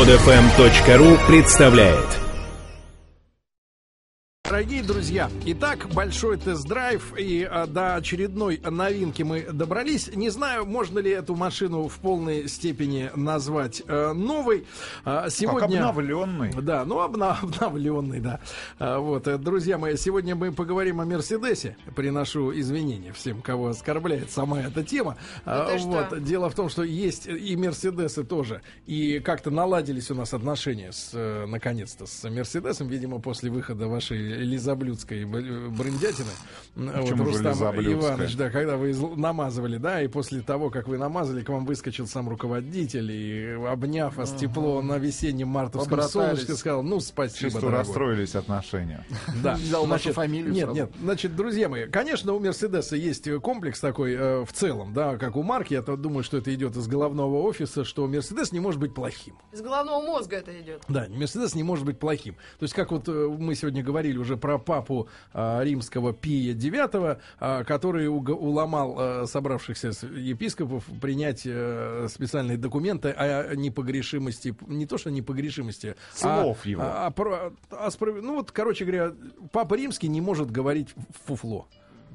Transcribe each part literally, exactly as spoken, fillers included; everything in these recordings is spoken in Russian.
под эф эм точка ру представляет. Дорогие друзья, итак, большой тест-драйв, и а, до очередной новинки мы добрались. Не знаю, можно ли эту машину в полной степени назвать э, новой. А, сегодня... Как обновленный. Да, ну обна... обновленный, да. А, вот, э, друзья мои, сегодня мы поговорим о Мерседесе. Приношу извинения всем, кого оскорбляет сама эта тема. А, вот. Дело в том, что есть и Мерседесы тоже. И как-то наладились у нас отношения, с, э, наконец-то, с Мерседесом, видимо, после выхода вашей лизоблюдской брындятины. Вот, Рустам Иванович, да, когда вы намазывали, да, и после того, как вы намазали, к вам выскочил сам руководитель и, обняв вас тепло на весеннем мартовском солнышке, сказал, ну, спасибо, Чисто расстроились отношения. Да. Значит, фамилию нет, сразу. нет, значит, друзья мои, конечно, у Мерседеса есть комплекс такой э, в целом, да, как у марки, я думаю, что это идет из головного офиса, что Мерседес не может быть плохим. Из головного мозга это идет. Да, Мерседес не может быть плохим. То есть, как вот э, мы сегодня говорили уже про папу а, римского Пия девятого, а, который уг- уломал а, собравшихся епископов принять а, специальные документы о непогрешимости, не то что непогрешимости, слов а, его. А, а, а, а, ну вот, короче говоря, папа римский не может говорить фуфло.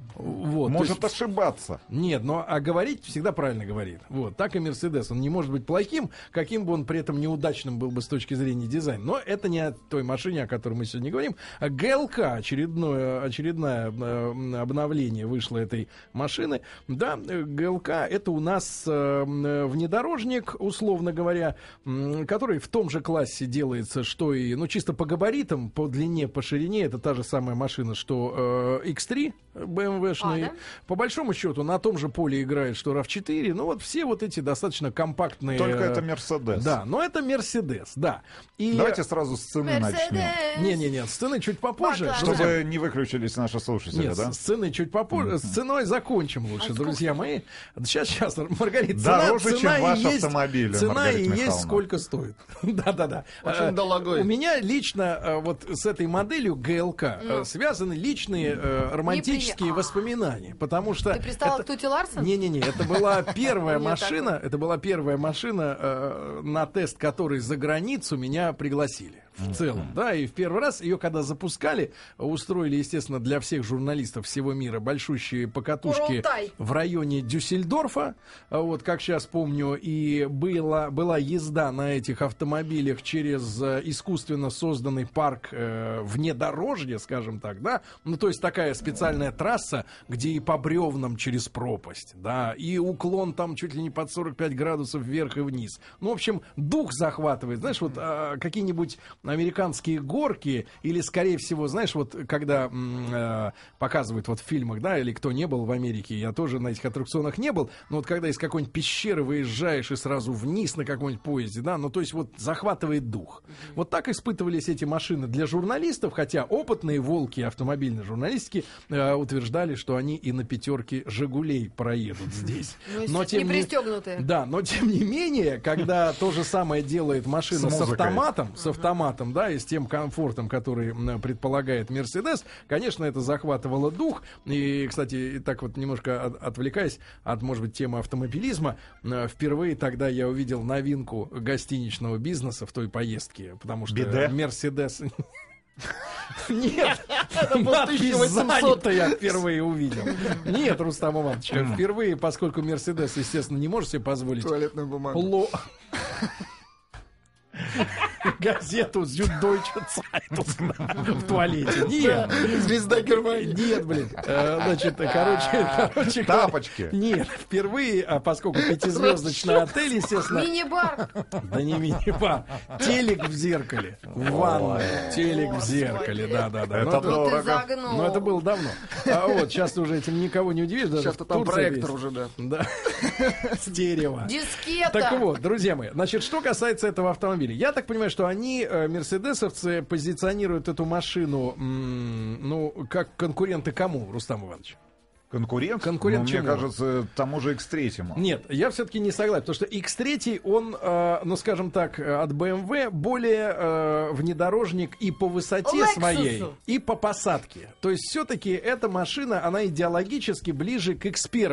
Вот, может есть, ошибаться. Нет, но а говорить всегда правильно говорит. Вот, так и Мерседес. Он не может быть плохим, каким бы он при этом неудачным был бы с точки зрения дизайна. Но это не о той машине, о которой мы сегодня говорим. А ГЛК, очередное, очередное э, обновление вышло этой машины. Да, ГЛК это у нас э, внедорожник, условно говоря, э, который в том же классе делается, что и, ну, чисто по габаритам, по длине, по ширине, это та же самая машина, что э, икс три бэ эм вэ. А, да? По большому счету на том же поле играет, что рав четыре. Ну вот все вот эти достаточно компактные. Только это Мерседес. Да, но это Мерседес, да. И... Давайте сразу с цены Mercedes. начнем. Не-не-не, с цены чуть попозже. Баклан. Чтобы друзья... не выключились наши слушатели, Нет, да? с цены чуть попозже. Mm-hmm. С ценой закончим лучше, а друзья мои. Сейчас, сейчас, Маргарита, дороже, цена, чем цена ваш и есть, автомобиль, цена Маргарита и Михайловна. Есть сколько стоит. Да-да-да. Очень дорогой. У меня лично вот с этой моделью ГЛК mm. связаны личные романтические воспоминания. Потому что ты пристала это... к Тути Ларсон? Не-не-не, это была первая машина, это была первая машина, э, на тест которой за границу меня пригласили. В целом, да, и в первый раз ее, когда запускали, устроили, естественно, для всех журналистов всего мира большущие покатушки Уралтай. В районе Дюссельдорфа, вот, как сейчас помню, и была, была езда на этих автомобилях через искусственно созданный парк э, внедорожья, скажем так, да, ну, то есть такая специальная трасса, где и по бревнам через пропасть, да, и уклон там чуть ли не под сорок пять градусов вверх и вниз. Ну, в общем, дух захватывает, знаешь, вот а, какие-нибудь американские горки, или, скорее всего, знаешь, вот когда м- э, показывают вот в фильмах, да, или кто не был в Америке, я тоже на этих аттракционах не был, но вот когда из какой-нибудь пещеры выезжаешь и сразу вниз на каком-нибудь поезде, да, ну, то есть вот захватывает дух. Mm-hmm. Вот так испытывались эти машины для журналистов, хотя опытные волки автомобильной журналистики э, утверждали, что они и на пятерке «Жигулей» проедут здесь. Но тем не пристегнутые. Да, но тем не менее, когда то же самое делает машина с автоматом, с автоматом, да, и с тем комфортом, который предполагает Мерседес, конечно, это захватывало дух. И, кстати, так вот немножко от, отвлекаясь от, может быть, темы автомобилизма, впервые тогда я увидел новинку гостиничного бизнеса в той поездке, потому что Мерседес... Нет, надпись «занято» я впервые увидел. Нет, Рустам Иванович, впервые, поскольку Мерседес, естественно, не может себе позволить туалетную бумагу. Газету «Süddeutsche Zeitung» в туалете. Нет. Звезда Германии. Нет, блин. Значит, короче, короче... Тапочки. Нет, впервые, а поскольку пятизвездочный отель, естественно... Мини-бар. Да не мини-бар. Телек в зеркале. В ванной. Телек в зеркале, да-да-да. Это дорого. Но это было давно. А вот, сейчас уже этим никого не удивишь. Сейчас-то там проектор уже, да. Да. Стерео. Дискета. Так вот, друзья мои, значит, что касается этого автомобиля. Я так понимаю, что они, мерседесовцы, позиционируют эту машину, м- ну, как конкуренты кому, Рустам Иванович? Конкурент? Конкурент ну, чему? Мне кажется, тому же икс три. Нет, я все-таки не согласен, потому что икс три, он, э, ну, скажем так, от бэ эм вэ более э, внедорожник и по высоте Lexus. Своей, и по посадке. То есть все-таки эта машина, она идеологически ближе к икс один.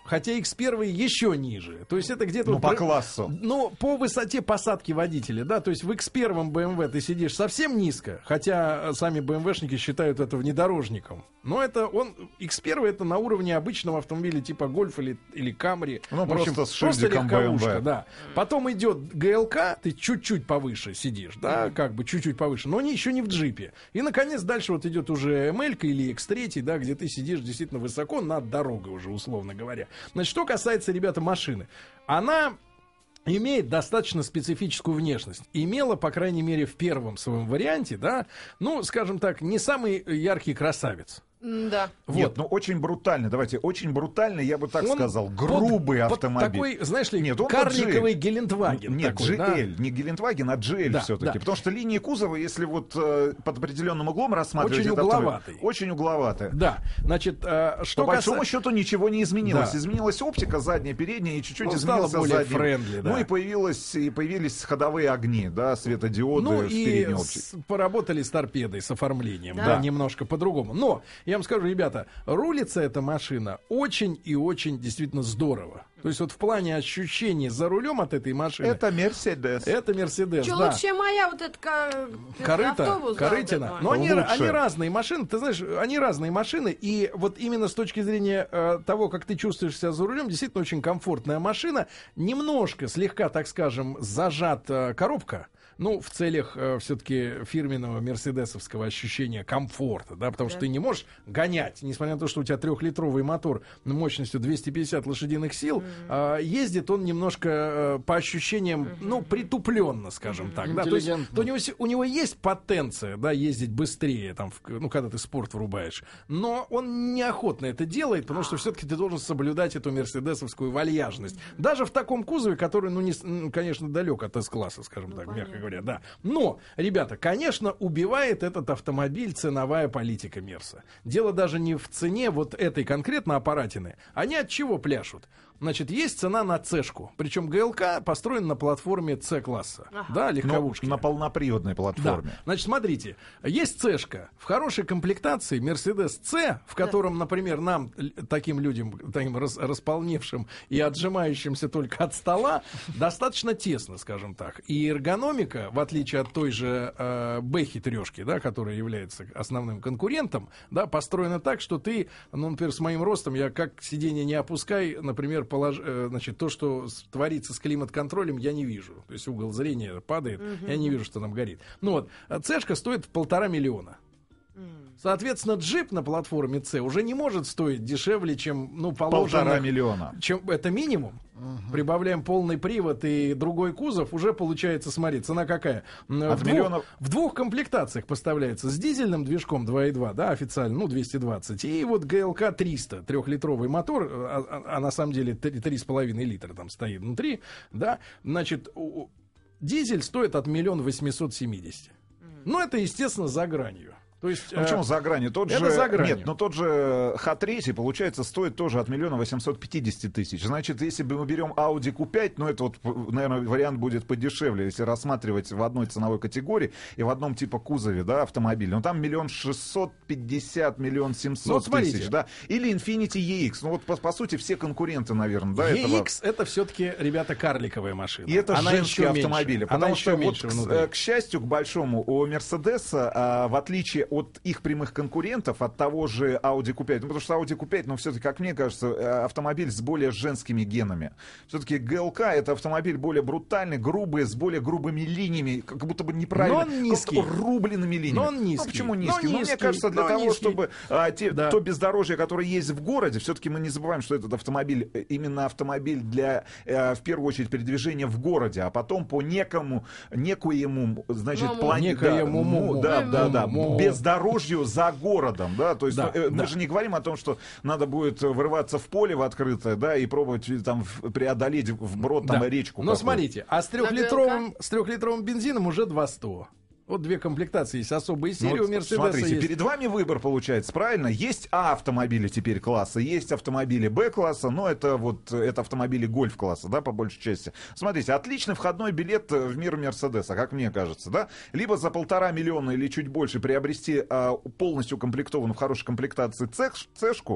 хотя икс один еще ниже. То есть это где-то... Ну, вот по при- классу. Ну, по высоте посадки водителя, да, то есть в икс один бэ эм вэ ты сидишь совсем низко, хотя сами бэ эм вэ-шники считают это внедорожником. Но это он, икс один это на уровне обычного автомобиля типа Гольф или, или Камри. Ну, В общем, просто с шильдиком легковушка, бэ эм вэ. да. Потом идет гэ эл ка, ты чуть-чуть повыше сидишь, да, как бы чуть-чуть повыше, но не, еще не в джипе. И, наконец, дальше вот идет уже эм эль или икс три, да, где ты сидишь действительно высоко над дорогой уже, условно говоря. Значит, что касается, ребята, машины. Она имеет достаточно специфическую внешность. Имела, по крайней мере, в первом своем варианте, да, ну, скажем так, не самый яркий красавец. Да. Вот. Нет, ну очень брутальный, давайте, очень брутальный, я бы так Он сказал, под- грубый под автомобиль. такой, знаешь ли, Нет, он карликовый под Гелендваген. Нет, такой, да. джи эл, не Гелендваген, а джи эл Да, все-таки. да. Потому что линии кузова, если вот э, под определенным углом рассматривать... Очень этот автомобиль, угловатый. Очень угловатый. Да, значит, э, что По большому каса- счету ничего не изменилось. Да. Изменилась оптика задняя, передняя, и чуть-чуть Ну, стало изменился более задний. friendly, да. Ну и появилось, и появились ходовые огни, да, светодиоды Ну в и передней оптике. с- поработали с торпедой, с оформлением, да. Да. немножко по-другому. Но, я вам скажу, ребята, рулится эта машина очень и очень действительно здорово. То есть вот в плане ощущений за рулем от этой машины... Это Мерседес. Это Мерседес, Что да. лучше моя вот эта ка- Корыто, автобус, да, Корытина. вот Но это они, Лучше. они разные машины, ты знаешь, они разные машины. И вот именно с точки зрения э, того, как ты чувствуешь себя за рулем, действительно очень комфортная машина. Немножко, слегка, так скажем, зажата коробка. Ну, в целях э, все-таки фирменного мерседесовского ощущения комфорта, да, потому что ты не можешь гонять, несмотря на то, что у тебя трехлитровый мотор мощностью двести пятьдесят лошадиных сил, э, ездит он немножко э, по ощущениям, ну, притупленно, скажем так, да, то есть Интеллигентно. то у него, се- у него есть потенция, да, ездить быстрее, там, в- ну, когда ты спорт врубаешь, но он неохотно это делает, потому что все-таки ты должен соблюдать эту мерседесовскую вальяжность, даже в таком кузове, который, ну, не, с- ну, конечно, далек от С-класса, скажем так, мягко говоря, да. Но, ребята, конечно, убивает этот автомобиль ценовая политика Мерса. Дело даже не в цене вот этой конкретно аппаратины. Они от чего пляшут? Значит, есть цена на Цешку. Причем гэ эл ка построен на платформе С-класса. Да, Но легковушки. на полноприводной Да. платформе. Значит, смотрите, есть Цешка. В хорошей комплектации Мерседес С, в котором, например, нам, л- таким людям, таким рас- располневшим и отжимающимся только от стола, достаточно тесно, скажем так. И эргономика, в отличие от той же э, Бэхи трешки, да, которая является основным конкурентом, да, построена так, что ты, ну, например, с моим ростом, я как сиденье не опускай, например, полож... э, значит, то, что с- творится с климат-контролем, я не вижу. То есть угол зрения падает, я не вижу, что там горит. Ну вот, а Цешка стоит полтора миллиона. Соответственно, джип на платформе С уже не может стоить дешевле, чем, ну, положено. Полтора миллиона. Чем это минимум. Прибавляем полный привод и другой кузов, уже получается, смотри, цена какая? М, От в, двух, миллионов- в двух комплектациях поставляется с дизельным движком два и два, да, официально, ну, двести двадцать, и вот гэ эл ка триста, трехлитровый мотор, а, а- а на самом деле три с половиной литра там стоит внутри, да, значит, у- у- дизель стоит от миллиона восемьсот семьдесят. Ну, это, естественно, за гранью. То есть, Ну, почему за гранью? Тот это же, за гранью. Нет, но тот же ха три, получается, стоит тоже от миллиона восемьсот пятьдесят тысяч. Значит, если бы мы берем Audi кью пять, ну, это вот, наверное, вариант будет подешевле, если рассматривать в одной ценовой категории и в одном типа кузове, да, автомобиля. Ну, там миллион шестьсот пятьдесят, миллион Ну, семьсот вот смотрите. тысяч, да. Или Infiniti и икс. Ну, вот, по, по сути, все конкуренты, наверное, да, и этого. икс это все-таки, ребята, карликовая машина. И это Она женские еще меньше. автомобили. Она Потому еще что, вот, меньше к, внутри. э, к счастью, к большому, у Мерседеса, а, в отличие от их прямых конкурентов, от того же Audi кью пять, ну, потому что Audi кью пять, ну, все-таки, как мне кажется, э, автомобиль с более женскими генами. Все-таки гэ эл ка — это автомобиль более брутальный, грубый, с более грубыми линиями, как будто бы неправильно. Но он низкий. как рубленными линиями. Но он низкий. Ну, почему Но низкий? Ну, мне низкий. кажется, для Но того, низкий. чтобы а, те- Да. то бездорожье, которое есть в городе, все-таки мы не забываем, что этот автомобиль э, именно автомобиль для, э, в первую очередь, передвижения в городе, а потом по некому, некоему, значит, Маму. плане... Да, Некоему му- да, муму. да, да, Муму. бездорожью за городом, да, то есть Да, э, мы да. же не говорим о том, что надо будет вырываться в поле в открытое, да, и пробовать э, там в- преодолеть вброд там Да. речку. Но какую-то. смотрите, а с трехлитровым, с трехлитровым бензином уже два сто. Вот две комплектации есть, особые Ну, серии вот у Мерседеса смотрите, есть. перед вами выбор получается, правильно? Есть А-автомобили теперь класса, есть автомобили Б-класса, но это вот это автомобили Гольф-класса, да, по большей части. Смотрите, отличный входной билет в мир Мерседеса, как мне кажется, да? Либо за полтора миллиона или чуть больше приобрести а, полностью комплектованную в хорошей комплектации цеш- цешку,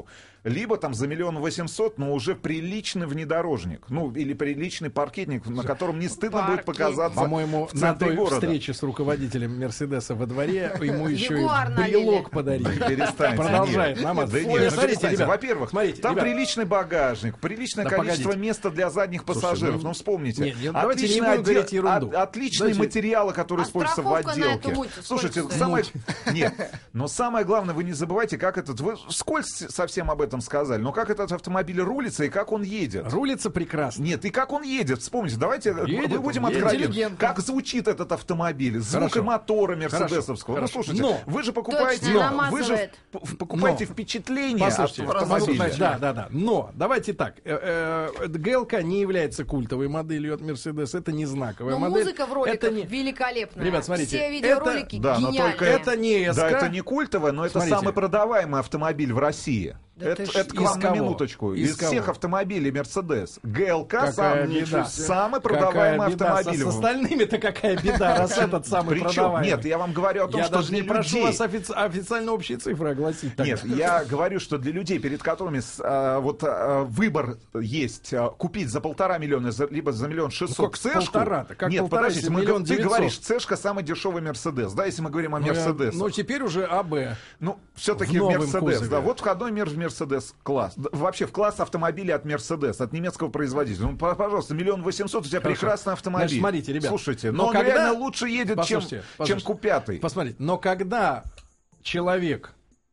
либо там за миллион восемьсот, но уже приличный внедорожник, ну, или приличный паркетник, на котором не стыдно будет показаться. По-моему, в на центре той города. встрече с руководителем Мерседеса во дворе ему еще и Ягуар брелок подарили. Перестаньте. Продолжает Нет. намаз. Да Ой, нет, ну, смотрите, перестаньте. ребят, Во-первых, смотрите, там ребят. приличный багажник, приличное Да количество погодите. места для задних пассажиров. ну, ну, вспомните. нет, нет, давайте не Отличный будем отдел- говорить ерунду. от- Отличные Давайте- материалы, которые А используются в страховка на отделке. эту муть Слушайте, сколько самое... Нет, но самое главное, вы не забывайте, как этот... Вы вскользь совсем об этом сказали, но как этот автомобиль рулится и как он едет. Рулится прекрасно. Нет, и как он едет, вспомните, давайте Едет мы будем он, едет. откровенны. Интеллигентно. Как звучит этот автомобиль, звук Хорошо. и мотора мерседесовского. Хорошо. Ну, слушайте, Но- вы же покупаете, Точно, но, вы же намазывает. п- покупаете Но. впечатление Послушайте, от автомобиля. да, да, да. Но давайте так. Э, э, ГЛК не является культовой моделью от Мерседес. Это не знаковая Но модель. музыка в роликах Это не... великолепная. Ребят, смотрите, Все видеоролики это- да, но гениальные. только Это не СК. Да, это не культовое, но это Смотрите. самый продаваемый автомобиль в России. Да это ты ж- это к из вам на кого? минуточку. Из Из, кого? всех автомобилей Мерседес. ГЛК Какая сам, беда. самый Какая продаваемый беда. автомобиль. С, с остальными-то какая беда, раз этот самый Причем, продаваемый. нет, я вам говорю о том, Я что даже для не прошу людей... вас офици- официально общие цифры огласить. тогда. Нет, я говорю, что для людей, перед которыми с- а, вот а, выбор есть а, купить за полтора миллиона, за- либо за миллион шестьсот Ну, как цешку. полтора-то? Как Нет, полтора, подождите, если мы, миллион ты девятьсот? говоришь, цешка самый дешевый Мерседес, да, если мы говорим о Ну, я- Мерседесе. Ну, теперь уже АБ. Ну, все-таки в новом Мерседес, кузове. да, вот входной мер Мерседес класс. Да, вообще в класс автомобиля от Мерседес, от немецкого производителя. Ну, по- пожалуйста, миллион восемьсот, у тебя Хорошо. прекрасный автомобиль. Значит, смотрите, ребят, Слушайте, но но он когда- реально лучше едет, чем, Послушайте, чем послушайте. Ку-пятый. Посмотрите, но когда человек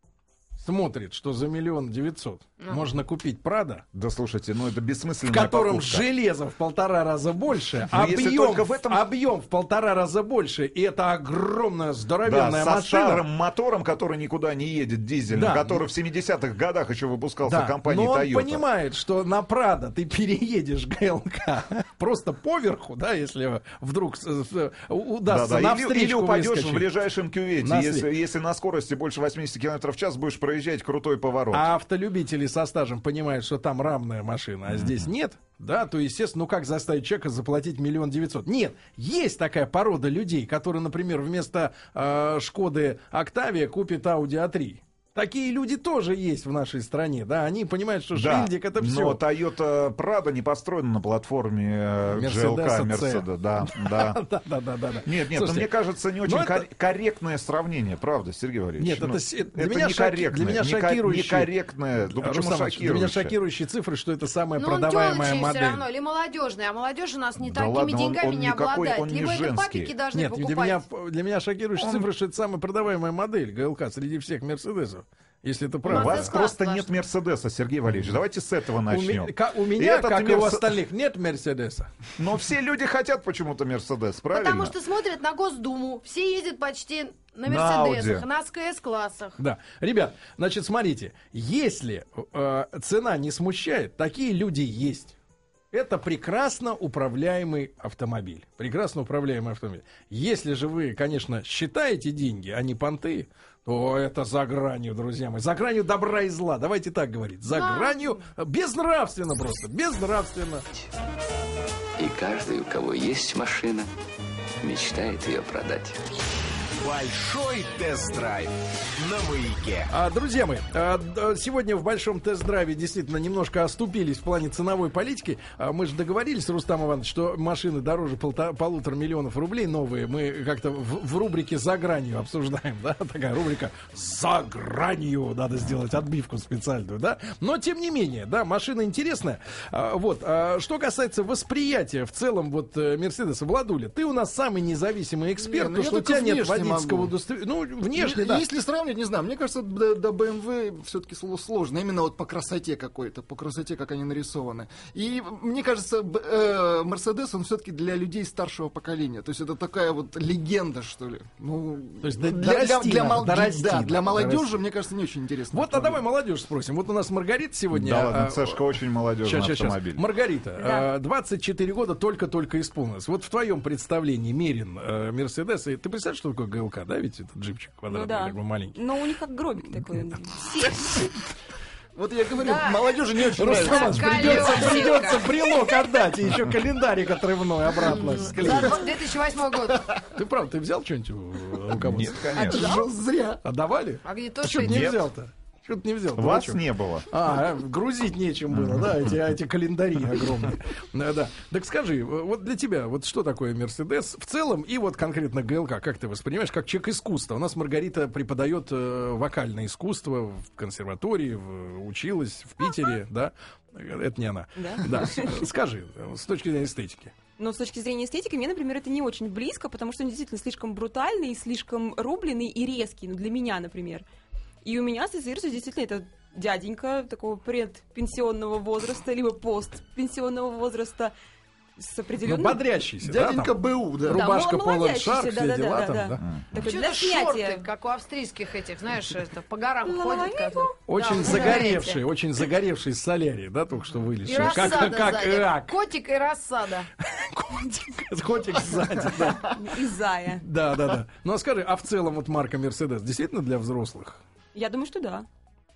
смотрит, что за миллион девятьсот можно купить Прада, Да слушайте, ну это в бессмысленная котором покупка. железо в полтора раза больше, Ну, если объем, только в этом- объем в полтора раза больше, и это огромная Да, здоровенная со машина. старым мотором, который никуда не едет, дизельным, Да. который в семидесятых годах еще выпускался Да, компанией но он Toyota. понимает, что на Прадо ты переедешь ГЛК просто поверху, да, если вдруг с- с- удастся Да, да. на Или, или встречку упадешь выскочить. в ближайшем кювете, На если, след. если на скорости больше восемьдесят километров в час будешь проезжать крутой поворот. А автолюбители со стажем понимают, что там рамная машина, а здесь нет, да, то, естественно, ну как заставить человека заплатить миллион девятьсот? Нет, есть такая порода людей, которые, например, вместо э, Шкоды Октавия купит Audi а три. Такие люди тоже есть в нашей стране, да, они понимают, что Да, шильдик это но все. Toyota Prado не построена на платформе э, Мерседеса джи эл кей C. Mercedes, да, да. Да, да, да, да. Нет, нет, Слушайте, но мне кажется, не очень ну это- кор- корректное сравнение, правда, Сергей Валерьевич? Нет, Ну, это с- для это меня шоки- некорректное, для меня неко- шокирующее. некорректное. Ну почему Рустам Иванович, для меня шокирующее? шокирующие цифры, что это самая Ну, он продаваемая тёлочий модель. все равно, или молодежный, а молодежь у нас не Да такими ладно, он- деньгами он не никакой, обладает. он не Либо это женский. папики должны Нет, для покупать. меня, для меня шокирующая цифра, что это самая продаваемая модель ГЛК среди всех Мерседесов. Если это У правда. вас Мерседес-класс просто сплошной. нет Мерседеса, Сергей Валерьевич. Давайте с этого У, начнем. ме- ка- у меня, Этот как и у Мерс- остальных, нет Мерседеса. Но все люди хотят почему-то Мерседес, правильно? Потому что смотрят на Госдуму. Все ездят почти на На Мерседесах, Ауди. на СКС-классах. Да. Ребят, значит, смотрите, если э, цена не смущает, такие люди есть. Это прекрасно управляемый автомобиль. Прекрасно управляемый автомобиль. Если же вы, конечно, считаете деньги, а не понты, то это за гранью, друзья мои. За гранью добра и зла. Давайте так говорить. За Да. гранью безнравственно просто. Безнравственно. И каждый, у кого есть машина, мечтает ее продать. Большой тест-драйв на Маяке. А, друзья мои, а, д- сегодня в большом тест-драйве действительно немножко оступились в плане ценовой политики. А, мы же договорились, Рустам Иванович, что машины дороже полта- полутора миллионов рублей новые. Мы как-то в, в рубрике «За гранью» обсуждаем, да? Такая рубрика «За гранью». Надо сделать отбивку специальную, да? Но, тем не менее, да, машина интересная. А, вот, а, что касается восприятия в целом вот э, Мерседеса, Владуля, ты у нас самый независимый эксперт, Не, ну потому я что у тебя только нет внешне водительского могу. удостоверения. Ну, внешне, Е- да. Если сравнивать, не знаю, мне кажется, до, до бэ эм вэ все-таки сложно. Именно вот по красоте какой-то, по красоте, как они нарисованы. И мне кажется, б- э, Мерседес, он все-таки для людей старшего поколения. То есть это такая вот легенда, что ли. Ну, То есть для- для, дорасти для, надо, мол- дорасти да, надо, для молодежи, дорасти. мне кажется, не очень интересно. Вот, а давай молодежь спросим. Вот у нас Маргарита сегодня... Да ладно, а, Цешка очень молодежный щас, щас, щас. автомобиль. Маргарита, Да. а, двадцать четыре года только-только исполнилось. Вот в твоем представлении мерен э, Мерседес. И ты представляешь, что такое ГЛК, да, ведь этот джипчик Ну квадратный, да. как бы маленький. Но у них как гробик такой. Вот я говорю, Да. молодежи не очень Рустам нравится. Иванович, придется, Колесико. придется брелок отдать. И еще календарик отрывной обратно За склеить. две тысячи восьмой год. Ты правда, ты взял что-нибудь у руководства? Нет, конечно. Ж- Зря. Отдавали? А где то, А что что не Нет. взял-то? Что-то не взял. Вас дурачок. не было. А, грузить нечем было, да, эти, эти календари огромные. Да, да. Так скажи, вот для тебя, вот что такое Мерседес в целом и вот конкретно ГЛК, как ты воспринимаешь, как человек искусства? У нас Маргарита преподает э, вокальное искусство в консерватории, в, училась в Питере, да? Это не она. Да? Да. Скажи, с точки зрения эстетики. Но с точки зрения эстетики, мне, например, это не очень близко, потому что он действительно слишком брутальный, и слишком рубленый и резкий, ну, для меня, например. И у меня ассоциируется действительно это дяденька такого предпенсионного возраста, либо постпенсионного возраста с Ну, определенным... бодрящийся, да? Дяденька там? БУ, да. Да, Рубашка, полон молодящийся, шарф, все да-да-да, дела там, да. да? Такой Что-то для шорты, снятия. как у австрийских этих, знаешь, это, по горам ходят. Как... Очень Да, загоревший, знаете. очень загоревший из солярии, да, только что И вылезший. рассада Как, как сзади. рак. Котик и рассада. Котик, котик сзади, да. И зая. Да, да, да. Ну а скажи, а в целом вот марка Мерседес действительно для взрослых? Я думаю, что да.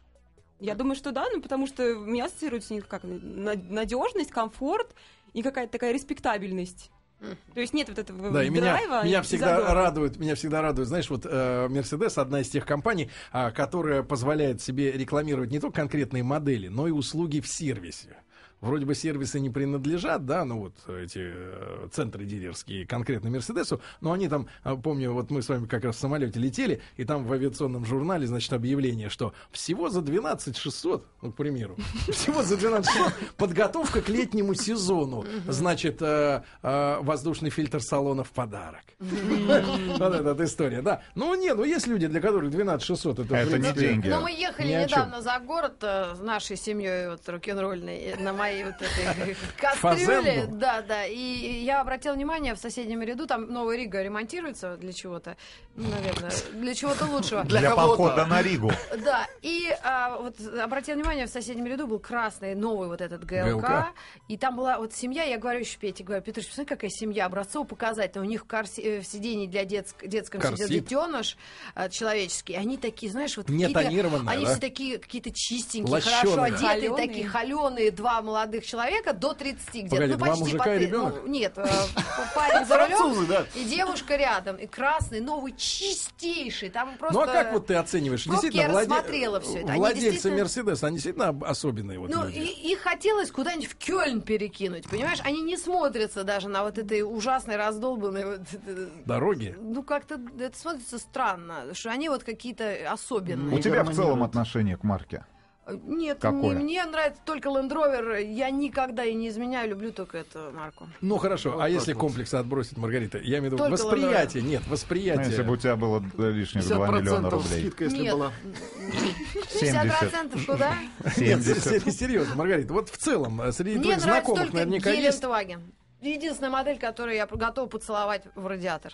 Я думаю, что да, ну потому что у меня ассоциируется с ней как надежность, комфорт и какая-то такая респектабельность. То есть нет вот этого Да, и меня, драйва. меня и всегда задора. радует, меня всегда радует, знаешь, вот Мерседес одна из тех компаний, а, которая позволяет себе рекламировать не только конкретные модели, но и услуги в сервисе. Вроде бы сервисы не принадлежат, да, ну вот эти э, центры дилерские конкретно Мерседесу, но они там, э, помню, вот мы с вами как раз в самолете летели, и там в авиационном журнале, значит, объявление, что всего за двенадцать тысяч шестьсот, ну, к примеру, всего за двенадцать тысяч шестьсот подготовка к летнему сезону, значит, э, э, воздушный фильтр салона в подарок. Вот эта история, да. Ну, не, ну есть люди, для которых двенадцать тысяч шестьсот это, в Это не принципе, деньги. Но мы ехали Ни о чем. недавно за город э, с нашей семьей вот, рок-н-ролльной на моей вот этой Фазенду? кастрюле. Да, да. И я обратила внимание, в соседнем ряду там Новая Рига ремонтируется для чего-то, ну, наверное, для чего-то лучшего. Для Для кого-то. похода на Ригу. Да, и а, вот обратила внимание, в соседнем ряду был красный, новый вот этот ГЛК, ГЛК. и там была вот семья, я говорю еще Пете, говорю, Петрович, посмотри, какая семья, образцово-показательная, у них в, карси- э, в сидении для детск- детском сидел Корсет. детеныш э, человеческий, они такие, знаешь, вот Не какие-то- тонированные, они да? все такие какие-то чистенькие, Лощеные. хорошо одетые, Холёные. такие холеные, два молодых человека до тридцати где-то, Погоди, ну два почти мужика по и три- ребенок? ну, нет, э, парень за Французы, рулем да. и девушка рядом, и красный, новый, чистейший, там просто... Ну а как вот ты оцениваешь? в пробке Действительно, я владе- рассмотрела всё это. Они владельцы действительно- Мерседеса, они действительно об- особенные вот Ну, люди. и, их хотелось куда-нибудь в Кёльн перекинуть, понимаешь? Они не смотрятся даже на вот этой ужасной раздолбанной... Вот, э, Дороги. ну, как-то это смотрится странно, что они вот какие-то особенные. У тебя в гармонируют. целом отношение к марке? Нет, Какое? мне, мне нравится только Land Rover. Я никогда и не изменяю, люблю только эту марку. Ну хорошо, Вот а так если вот. комплексы отбросить, Маргарита? Я имею в виду Только восприятие, нет, Ну, восприятие. если бы у тебя было э, лишних два пятьдесят миллиона процентов рублей. скидка, если Нет. была. пятьдесят процентов куда? Нет, семьдесят. сер- серьезно, Маргарита, вот в целом, э, среди Мне твоих нравится знакомых только наверняка есть... Гелендваген. Единственная модель, которую я готова поцеловать в радиатор.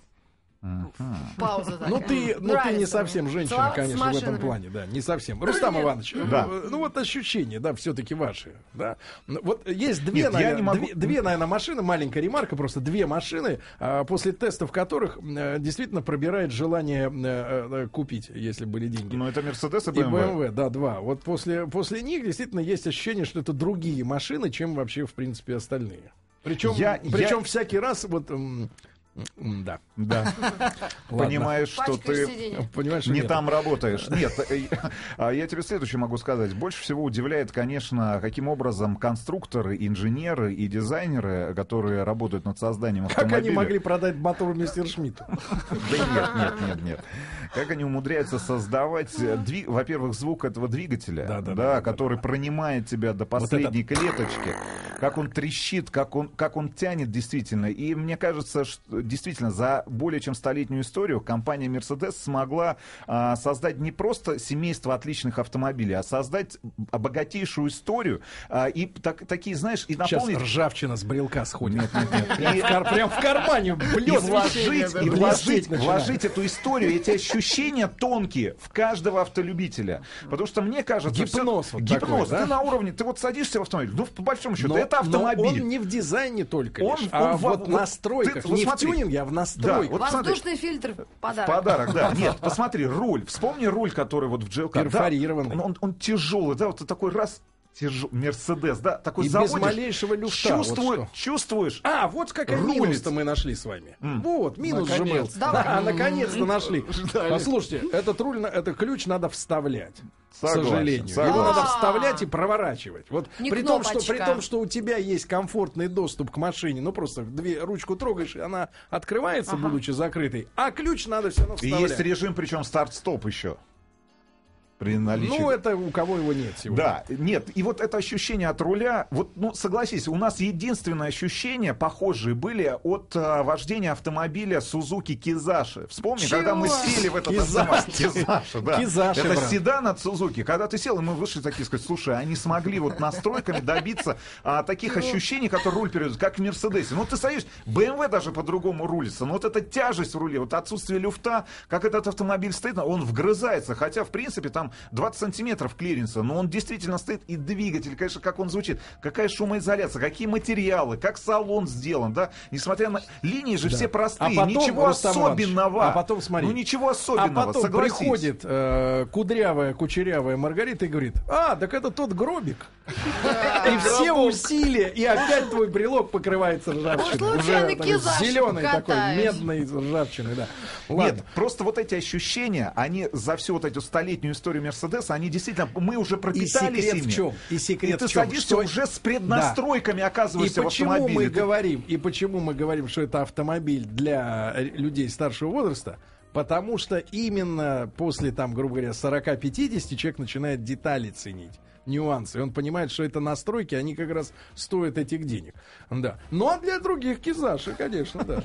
Пауза такая. Ну ты, ну ты Нравится не мне. совсем женщина, Целоваться с конечно, в этом машинами. плане, да, не совсем. Рустам Нет. Иванович, Да. э, ну вот ощущения, да, все-таки ваши, да. Ну, вот есть две, Нет, я наверное, не могу- две, две, наверное, машины, маленькая ремарка, просто две машины, а, после тестов которых э, действительно пробирает желание э, э, купить, если были деньги. Ну, это Мерседес и И бэ эм вэ. бэ эм вэ, да, два. Вот после, после них действительно есть ощущение, что это другие машины, чем вообще, в принципе, остальные. Причем, Я- причем я- всякий раз, вот, м, м, да. Да. Ладно. Понимаешь, что Пачкаешь ты сиденье. Понимаешь, что не нет. там работаешь. Нет, э, а я тебе следующее могу сказать. Больше всего удивляет, конечно, каким образом конструкторы, инженеры и дизайнеры, которые работают над созданием Как они автомобиля... могли продать мотор мистер Шмидту? Да нет, нет, нет, нет. Как они умудряются создавать, э, дви- во-первых, звук этого двигателя, Да, да, да, да, да, который пронимает тебя до последней клеточки, как он трещит, как он, как он тянет действительно. И мне кажется, что действительно за более чем столетнюю историю компания Mercedes смогла а, создать не просто семейство отличных автомобилей, а создать богатейшую историю а, и так- такие, знаешь, и Сейчас наполнить... ржавчина с брелка сходит. Нет, нет, нет. Прям в кар- Прям в кармане И блёст. вложить, да, и да. вложить, Блестеть начинает. вложить эту историю, эти ощущения тонкие в каждого автолюбителя. Потому что мне кажется... Гипноз всё- вот гипноз. такой, да? Ты на уровне, ты вот садишься в автомобиль, ну, по большому счету, Но- это автомобиль. Но он не в дизайне только Он- лишь, он а во- вот вот в настройках. ты вот Не в смотри. тюнинге, а в Да, настройках. вот смотри. Воздушный фильтр в подарок. Подарок, да. Нет, посмотри, руль. Вспомни руль, который вот в джи эл кей. Перфорированный. Да, он, он тяжелый, да, вот такой раз тяж... Мерседес, да, такой И заводишь, без малейшего люфта. чувствуешь, Вот что. чувствуешь. А, вот какой Рулит. минус-то мы нашли с вами. М. Вот, минус же был. Наконец. Давай. А, наконец-то нашли. Ждали. Послушайте, этот руль, на- это ключ надо вставлять. Согласен, к сожалению. согласен. Его надо А. вставлять и проворачивать. Вот Не при том, что, кнопочка. при том, что у тебя есть комфортный доступ к машине, ну просто две, ручку трогаешь, и она открывается, Ага. будучи закрытой, а ключ надо все равно И вставлять. есть режим, причем старт-стоп еще. При наличии. Ну, это у кого его нет сегодня. Да, нет, и вот это ощущение от руля, вот, ну, согласись, у нас единственное ощущение, похожие были от а, вождения автомобиля Suzuki Kizashi. Вспомни, Чего? когда мы сели в этот Kizashi. Kizashi, да. Kizashi, это брат. седан от Suzuki. Когда ты сел, и мы вышли такие, сказать, слушай, они смогли вот настройками добиться а, таких ощущений, которые руль передает, как в Мерседесе. Ну, ты стоишь, бэ эм вэ даже по-другому рулится, но вот эта тяжесть в руле, вот отсутствие люфта, как этот автомобиль стоит, он вгрызается, хотя, в принципе, там двадцать сантиметров клиренса, но он действительно стоит, и двигатель, конечно, как он звучит, какая шумоизоляция, какие материалы, как салон сделан, да, несмотря на... Линии же Да. все простые, А потом, ничего Рустам Иванович, особенного. а потом, смотри, ну, ничего А особенного, потом согласись. приходит э, кудрявая, кучерявая Маргарита и говорит: а, так это тот гробик. И все усилия, и опять твой брелок покрывается ржавчиной. Вот случайно Kizashi Зеленый такой, покатаюсь. медный ржавчиной, да. Ладно. Нет, просто вот эти ощущения, они за всю вот эту столетнюю историю Мерседеса, они действительно, мы уже И пропитались секрет ими. в чем? И секрет И ты в чем? садишься Что- уже с преднастройками, И оказываешься в почему автомобиле. мы Ты- говорим, и почему мы говорим, что это автомобиль для э, людей старшего возраста? Потому что именно после, там, грубо говоря, сорок-пятьдесят человек начинает детали ценить, нюансы. И он понимает, что это настройки, они как раз стоят этих денег. Да. Ну, а для других Kizashi, конечно, да.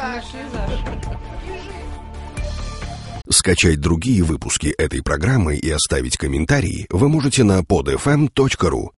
Скачать другие выпуски этой программы и оставить комментарии вы можете на под эф эм точка ру.